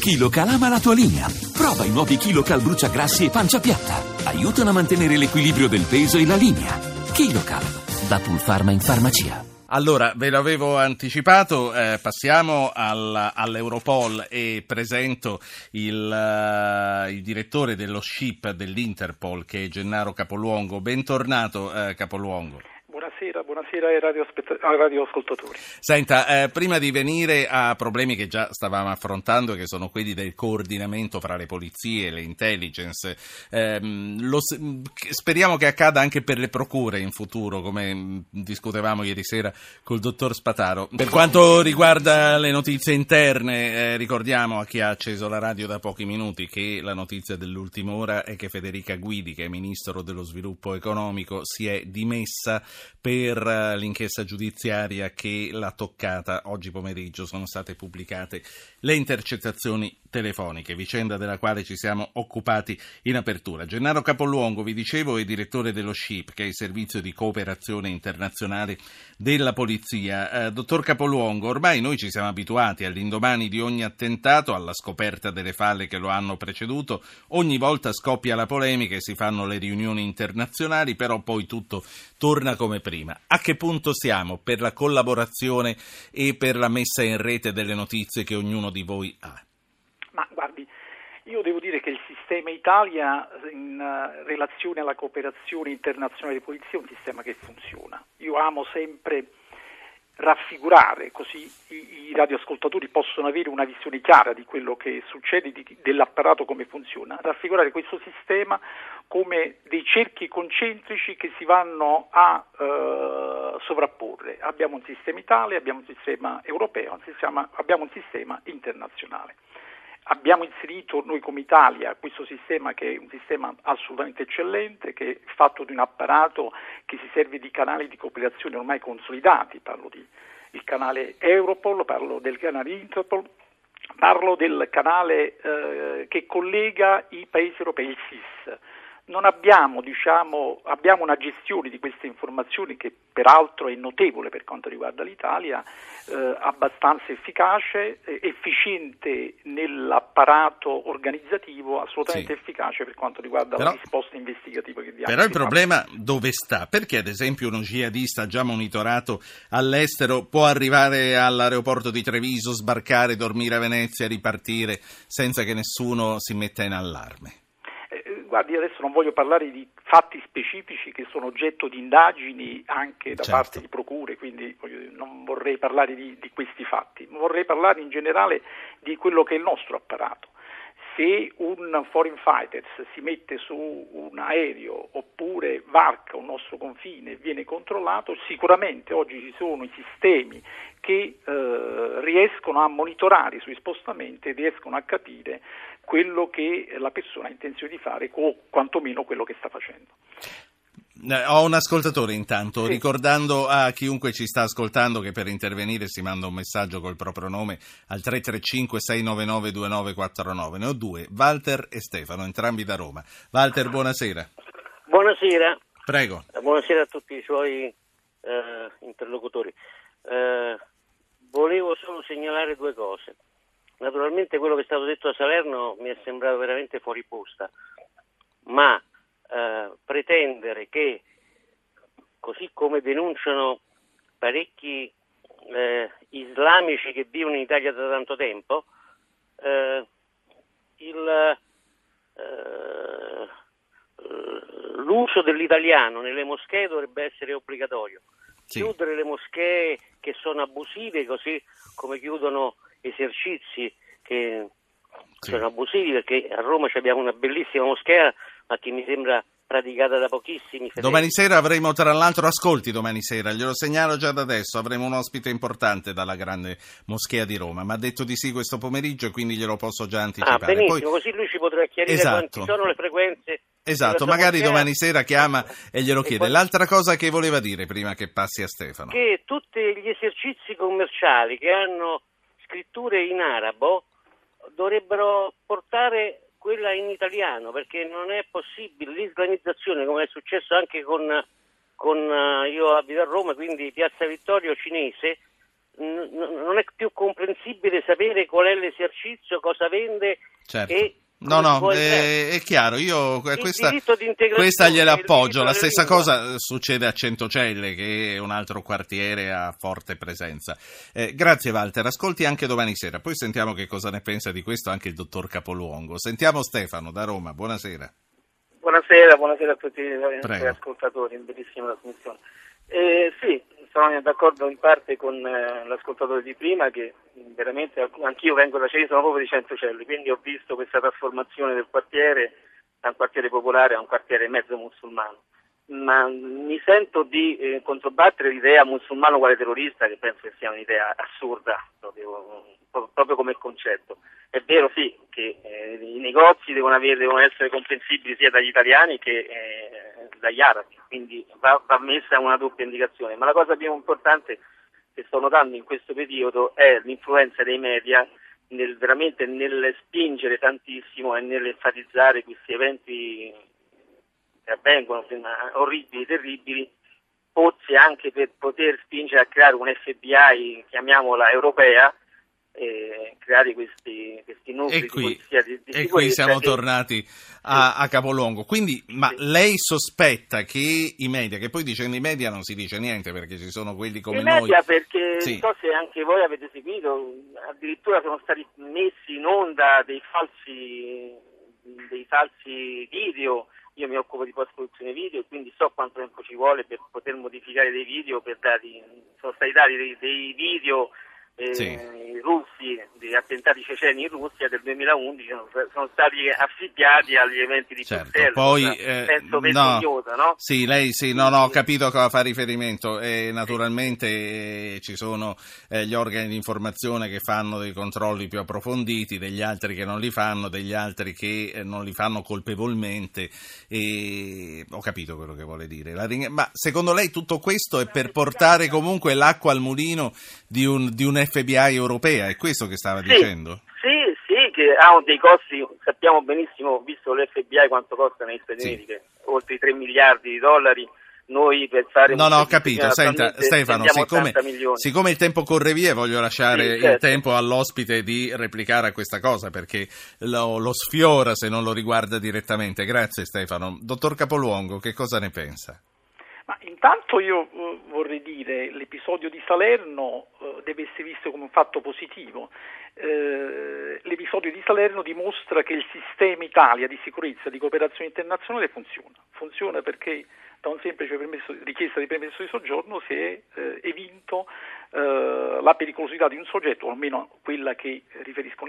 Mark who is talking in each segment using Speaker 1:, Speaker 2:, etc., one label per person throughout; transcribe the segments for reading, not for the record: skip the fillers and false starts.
Speaker 1: KiloCal ama la tua linea. Prova i nuovi KiloCal bruciagrassi e pancia piatta. Aiutano a mantenere l'equilibrio del peso e la linea. KiloCal, da Pulpharma in farmacia.
Speaker 2: Allora, ve l'avevo anticipato, passiamo all'Europol e presento il direttore dello SHIP dell'Interpol, che è Gennaro Capoluongo. Bentornato, Capoluongo.
Speaker 3: Buonasera ai radioascoltatori.
Speaker 2: Senta, prima di venire a problemi che già stavamo affrontando, che sono quelli del coordinamento fra le polizie e le intelligence, speriamo che accada anche per le procure in futuro, come discutevamo ieri sera col dottor Spataro. Per quanto riguarda le notizie interne, ricordiamo a chi ha acceso la radio da pochi minuti che la notizia dell'ultima ora è che Federica Guidi, che è Ministro dello Sviluppo Economico, si è dimessa per l'inchiesta giudiziaria che l'ha toccata. Oggi pomeriggio sono state pubblicate le intercettazioni telefoniche, vicenda della quale ci siamo occupati in apertura. Gennaro Capoluongo, vi dicevo, è direttore dello SHIP, che è il servizio di cooperazione internazionale della polizia. Dottor Capoluongo, ormai noi ci siamo abituati all'indomani di ogni attentato, alla scoperta delle falle che lo hanno preceduto, ogni volta scoppia la polemica e si fanno le riunioni internazionali, però poi tutto torna come prima. A che punto siamo per la collaborazione e per la messa in rete delle notizie che ognuno di voi ha?
Speaker 3: Ma guardi, io devo dire che il sistema Italia in relazione alla cooperazione internazionale di polizia è un sistema che funziona. Io amo sempre raffigurare, così i radioascoltatori possono avere una visione chiara di quello che succede, dell'apparato, come funziona, raffigurare questo sistema come dei cerchi concentrici che si vanno a sovrapporre. Abbiamo un sistema Italia, abbiamo un sistema europeo, abbiamo un sistema internazionale. Abbiamo inserito noi come Italia questo sistema, che è un sistema assolutamente eccellente, che è fatto di un apparato che si serve di canali di cooperazione ormai consolidati. Parlo del canale Europol, parlo del canale Interpol, parlo del canale che collega i paesi europei, il SIS. Non abbiamo, abbiamo una gestione di queste informazioni che peraltro è notevole per quanto riguarda l'Italia, abbastanza efficace, efficiente nell'apparato organizzativo, assolutamente efficace per quanto riguarda la risposta investigativa che diamo.
Speaker 2: Però il problema dove sta? Perché ad esempio uno jihadista già monitorato all'estero può arrivare all'aeroporto di Treviso, sbarcare, dormire a Venezia, ripartire senza che nessuno si metta in allarme?
Speaker 3: Guardi, adesso non voglio parlare di fatti specifici che sono oggetto di indagini anche da parte di procure, quindi non vorrei parlare di questi fatti, ma vorrei parlare in generale di quello che è il nostro apparato. Se un foreign fighter si mette su un aereo oppure varca un nostro confine e viene controllato, sicuramente oggi ci sono i sistemi che riescono a monitorare i suoi spostamenti e riescono a capire quello che la persona ha intenzione di fare o quantomeno quello che sta facendo.
Speaker 2: Ho un ascoltatore intanto, ricordando a chiunque ci sta ascoltando che per intervenire si manda un messaggio col proprio nome al 335-699-2949. Ne ho due, Walter e Stefano, entrambi da Roma. Walter, buonasera.
Speaker 4: Buonasera.
Speaker 2: Prego.
Speaker 4: Buonasera a tutti i suoi interlocutori. Volevo solo segnalare due cose. Naturalmente quello che è stato detto a Salerno mi è sembrato veramente fuori posta, ma pretendere che, così come denunciano parecchi islamici che vivono in Italia da tanto tempo, l'uso dell'italiano nelle moschee dovrebbe essere obbligatorio. Chiudere le moschee che sono abusive, così come chiudono esercizi che sono abusivi, perché a Roma abbiamo una bellissima moschea, ma che mi sembra praticata da pochissimi fedeli.
Speaker 2: Domani sera avremo, tra l'altro, ascolti domani sera, glielo segnalo già da adesso, avremo un ospite importante dalla grande moschea di Roma, mi ha detto di sì questo pomeriggio e quindi glielo posso già anticipare.
Speaker 4: Benissimo, poi, così lui ci potrà chiarire quanti sono le frequenze.
Speaker 2: Esatto, magari domani sera chiama e glielo chiede. L'altra cosa che voleva dire prima che passi a Stefano?
Speaker 4: Che tutti gli esercizi commerciali che hanno scritture in arabo dovrebbero portare quella in italiano, perché non è possibile l'islamizzazione, come è successo anche con io abito a Roma, quindi Piazza Vittorio cinese, non è più comprensibile sapere qual è l'esercizio, cosa vende.
Speaker 2: Certo.
Speaker 4: E
Speaker 2: No, è chiaro, io questa gliela appoggio. La stessa cosa succede a Centocelle, che è un altro quartiere a forte presenza. Grazie Walter, ascolti anche domani sera, poi sentiamo che cosa ne pensa di questo anche il dottor Capoluongo. Sentiamo Stefano da Roma, buonasera.
Speaker 5: Buonasera a tutti i nostri ascoltatori, bellissima trasmissione. Sì, sono d'accordo in parte con l'ascoltatore di prima, che veramente anch'io vengo da Cesena, sono proprio di Centocelle, quindi ho visto questa trasformazione del quartiere da un quartiere popolare a un quartiere mezzo musulmano. Ma mi sento di controbattere l'idea musulmano quale terrorista, che penso che sia un'idea assurda, proprio come concetto. È vero sì che i negozi devono essere comprensibili sia dagli italiani che dagli arabi, quindi va messa una doppia indicazione, ma la cosa più importante che sto notando in questo periodo è l'influenza dei media veramente nel spingere tantissimo e nell'enfatizzare questi eventi che avvengono, orribili, terribili, forse anche per poter spingere a creare un FBI, chiamiamola europea, creare questi nuclei di polizia di sicurezza.
Speaker 2: E qui siamo tornati a Capoluongo. Quindi, ma lei sospetta che i media, che poi dicendo i media non si dice niente perché ci sono quelli come noi.
Speaker 5: I media, perché non so se anche voi avete seguito, addirittura sono stati messi in onda dei falsi video. Io mi occupo di post-produzione video e quindi so quanto tempo ci vuole per poter modificare dei video, sono stati dati dei video russi, degli attentati ceceni in Russia del 2011, sono stati affibbiati agli eventi di Bruxelles.
Speaker 2: Poi
Speaker 5: vergognosa, no?
Speaker 2: Sì, lei ho capito a cosa fa riferimento. Naturalmente ci sono gli organi di informazione che fanno dei controlli più approfonditi, degli altri che non li fanno, degli altri che non li fanno colpevolmente, e ho capito quello che vuole dire. Ma secondo lei tutto questo è per portare comunque l'acqua al mulino di un FBI europea, è questo che stava dicendo?
Speaker 5: Sì, che ha dei costi, sappiamo benissimo, visto l'FBI quanto costa negli Stati Uniti, che oltre i 3 miliardi di dollari, noi per fare...
Speaker 2: ho capito, senta Stefano, siccome il tempo corre via, voglio lasciare il tempo all'ospite di replicare a questa cosa, perché lo sfiora se non lo riguarda direttamente. Grazie Stefano. Dottor Capoluongo, che cosa ne pensa?
Speaker 3: Ma intanto io vorrei dire l'episodio di Salerno deve essere visto come un fatto positivo. L'episodio di Salerno dimostra che il sistema Italia di sicurezza, di cooperazione internazionale funziona perché da un semplice richiesta di permesso di soggiorno si è evinto la pericolosità di un soggetto, o almeno quella che riferisce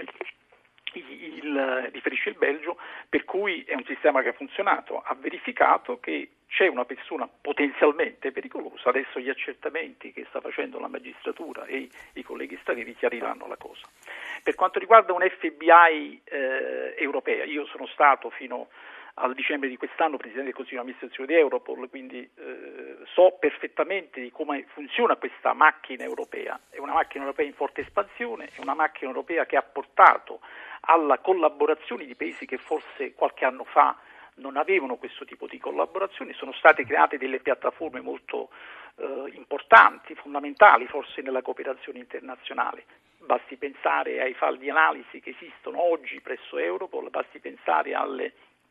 Speaker 3: il Belgio, per cui è un sistema che ha funzionato, ha verificato che c'è una persona potenzialmente pericolosa, adesso gli accertamenti che sta facendo la magistratura e i colleghi stranieri chiariranno la cosa. Per quanto riguarda un FBI europea, io sono stato fino al dicembre di quest'anno presidente del Consiglio di amministrazione di Europol, quindi so perfettamente di come funziona questa macchina europea. È una macchina europea in forte espansione, è una macchina europea che ha portato alla collaborazione di paesi che forse qualche anno fa non avevano questo tipo di collaborazioni. Sono state create delle piattaforme molto importanti, fondamentali forse nella cooperazione internazionale. Basti pensare ai file di analisi che esistono oggi presso Europol, basti pensare alle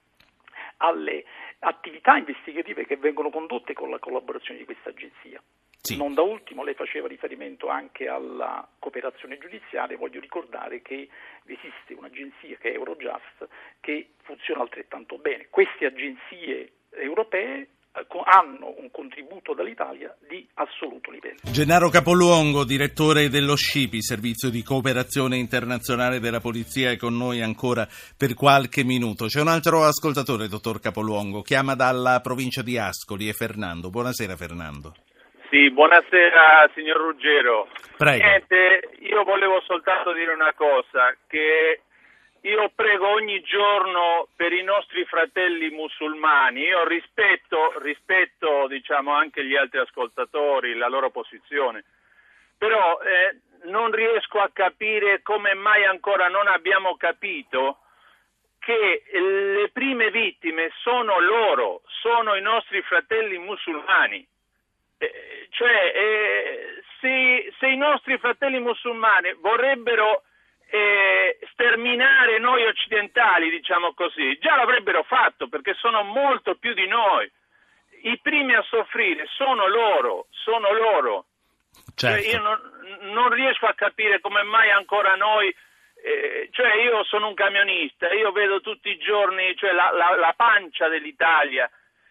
Speaker 3: attività investigative che vengono condotte con la collaborazione di questa agenzia. Sì. Non da ultimo lei faceva riferimento anche alla cooperazione giudiziaria, voglio ricordare che esiste un'agenzia che è Eurojust che funziona altrettanto bene. Queste agenzie europee hanno un contributo dall'Italia di assoluto livello.
Speaker 2: Gennaro Capoluongo, direttore dello SCIPI, Servizio di Cooperazione Internazionale della Polizia, è con noi ancora per qualche minuto. C'è un altro ascoltatore, dottor Capoluongo, chiama dalla provincia di Ascoli, è Fernando. Buonasera Fernando.
Speaker 6: Sì, buonasera signor Ruggero.
Speaker 2: Prego.
Speaker 6: Niente, io volevo soltanto dire una cosa, che io prego ogni giorno per i nostri fratelli musulmani. Io rispetto diciamo anche gli altri ascoltatori, la loro posizione, però non riesco a capire come mai ancora non abbiamo capito che le prime vittime sono loro, sono i nostri fratelli musulmani. se i nostri fratelli musulmani vorrebbero sterminare noi occidentali, diciamo così, già l'avrebbero fatto, perché sono molto più di noi. I primi a soffrire sono loro.
Speaker 2: Certo.
Speaker 6: Cioè, io non riesco a capire come mai ancora noi, io sono un camionista, io vedo tutti i giorni la pancia dell'Italia,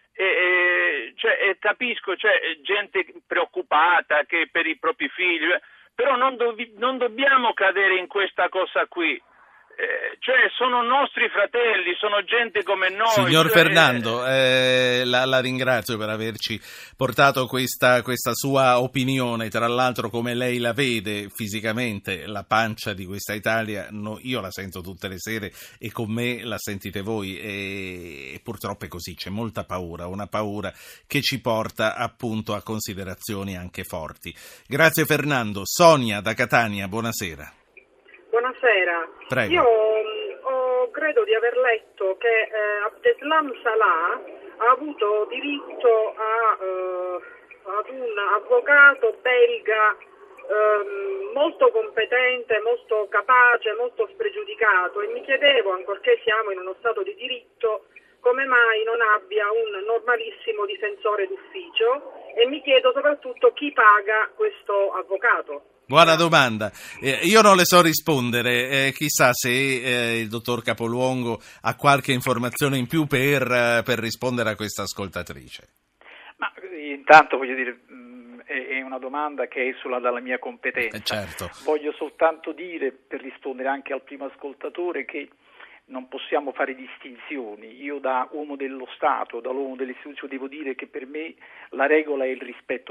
Speaker 6: capisco, gente preoccupata che per i propri figli, però non dobbiamo cadere in questa cosa qui. Sono nostri fratelli, sono gente come noi.
Speaker 2: Signor Fernando, la ringrazio per averci portato questa sua opinione, tra l'altro come lei la vede fisicamente, la pancia di questa Italia, io la sento tutte le sere e con me la sentite voi e purtroppo è così, c'è molta paura, una paura che ci porta appunto a considerazioni anche forti. Grazie Fernando. Sonia da Catania, buonasera.
Speaker 7: Buonasera.
Speaker 2: Prego.
Speaker 7: Io credo di aver letto che Abdeslam Salah ha avuto diritto ad un avvocato belga molto competente, molto capace, molto spregiudicato, e mi chiedevo, ancorché siamo in uno stato di diritto, come mai non abbia un normalissimo difensore d'ufficio, e mi chiedo soprattutto chi paga questo avvocato.
Speaker 2: Buona domanda. Io non le so rispondere, chissà se il dottor Capoluongo ha qualche informazione in più per rispondere a questa ascoltatrice.
Speaker 3: Ma intanto voglio dire, è una domanda che esula dalla mia competenza.
Speaker 2: Certo.
Speaker 3: Voglio soltanto dire, per rispondere anche al primo ascoltatore, che non possiamo fare distinzioni. Io da uomo dello Stato, da uomo delle istituzioni, devo dire che per me la regola è il rispetto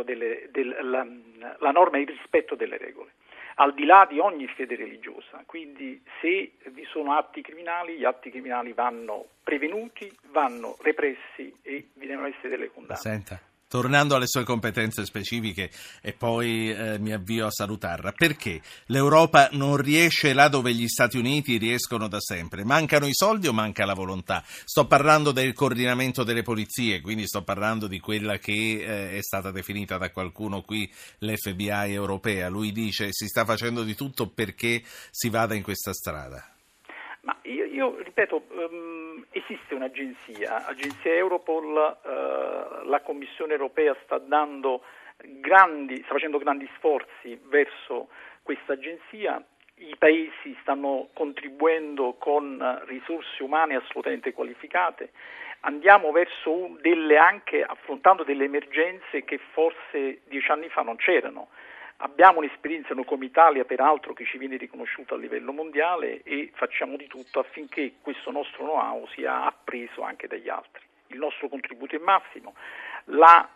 Speaker 3: la norma è il rispetto delle regole, al di là di ogni fede religiosa. Quindi se vi sono atti criminali, gli atti criminali vanno prevenuti, vanno repressi e vi devono essere delle condanne.
Speaker 2: Senta. Tornando alle sue competenze specifiche e poi mi avvio a salutarla, perché l'Europa non riesce là dove gli Stati Uniti riescono da sempre? Mancano i soldi o manca la volontà? Sto parlando del coordinamento delle polizie, quindi sto parlando di quella che è stata definita da qualcuno qui l'FBI europea. Lui dice si sta facendo di tutto perché si vada in questa strada.
Speaker 3: Ma io ripeto, esiste un'agenzia Europol, la Commissione europea sta facendo grandi sforzi verso questa agenzia, i paesi stanno contribuendo con risorse umane assolutamente qualificate, andiamo verso anche affrontando delle emergenze che forse 10 anni fa non c'erano. Abbiamo un'esperienza noi come Italia, peraltro, che ci viene riconosciuta a livello mondiale, e facciamo di tutto affinché questo nostro know-how sia appreso anche dagli altri. Il nostro contributo è massimo. La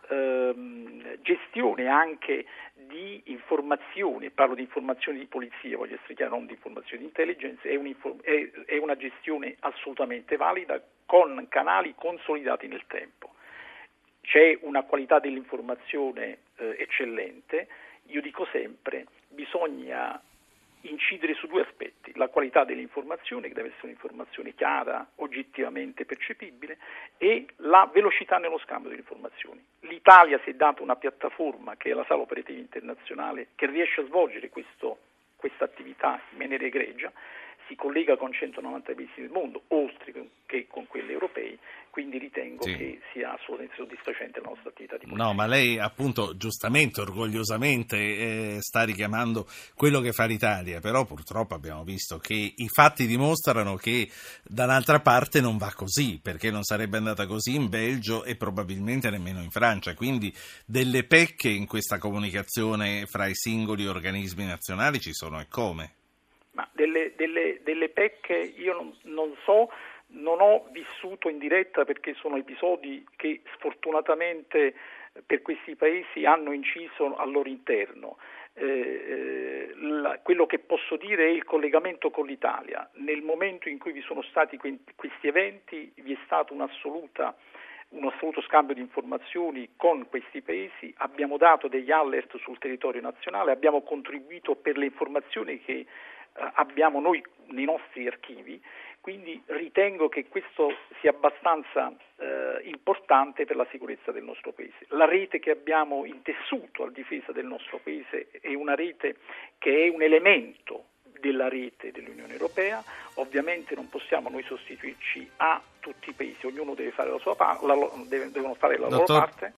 Speaker 3: gestione anche di informazioni, parlo di informazioni di polizia, voglio essere chiaro, non di informazioni di intelligence, è una gestione assolutamente valida, con canali consolidati nel tempo. C'è una qualità dell'informazione eccellente. Io dico sempre, bisogna incidere su due aspetti: la qualità dell'informazione, che deve essere un'informazione chiara, oggettivamente percepibile, e la velocità nello scambio delle informazioni. L'Italia si è data una piattaforma, che è la Sala Operativa Internazionale, che riesce a svolgere questa attività in maniera egregia, si collega con 190 paesi del mondo, oltre che con quelli europei, quindi ritengo che sia assolutamente soddisfacente la nostra attività di polizia.
Speaker 2: No, ma lei appunto giustamente, orgogliosamente sta richiamando quello che fa l'Italia, però purtroppo abbiamo visto che i fatti dimostrano che dall'altra parte non va così, perché non sarebbe andata così in Belgio e probabilmente nemmeno in Francia, quindi delle pecche in questa comunicazione fra i singoli organismi nazionali ci sono, e come?
Speaker 3: Ma delle pecche io non so, non ho vissuto in diretta, perché sono episodi che sfortunatamente per questi paesi hanno inciso al loro interno. Quello che posso dire è il collegamento con l'Italia. Nel momento in cui vi sono stati questi eventi, vi è stato un assoluto scambio di informazioni con questi paesi, abbiamo dato degli alert sul territorio nazionale, abbiamo contribuito per le informazioni che abbiamo noi nei nostri archivi, Quindi ritengo che questo sia abbastanza importante per la sicurezza del nostro Paese. La rete che abbiamo intessuto a difesa del nostro Paese è una rete che è un elemento della rete dell'Unione Europea. Ovviamente non possiamo noi sostituirci a tutti i paesi, ognuno deve fare la sua parte, devono fare la loro parte.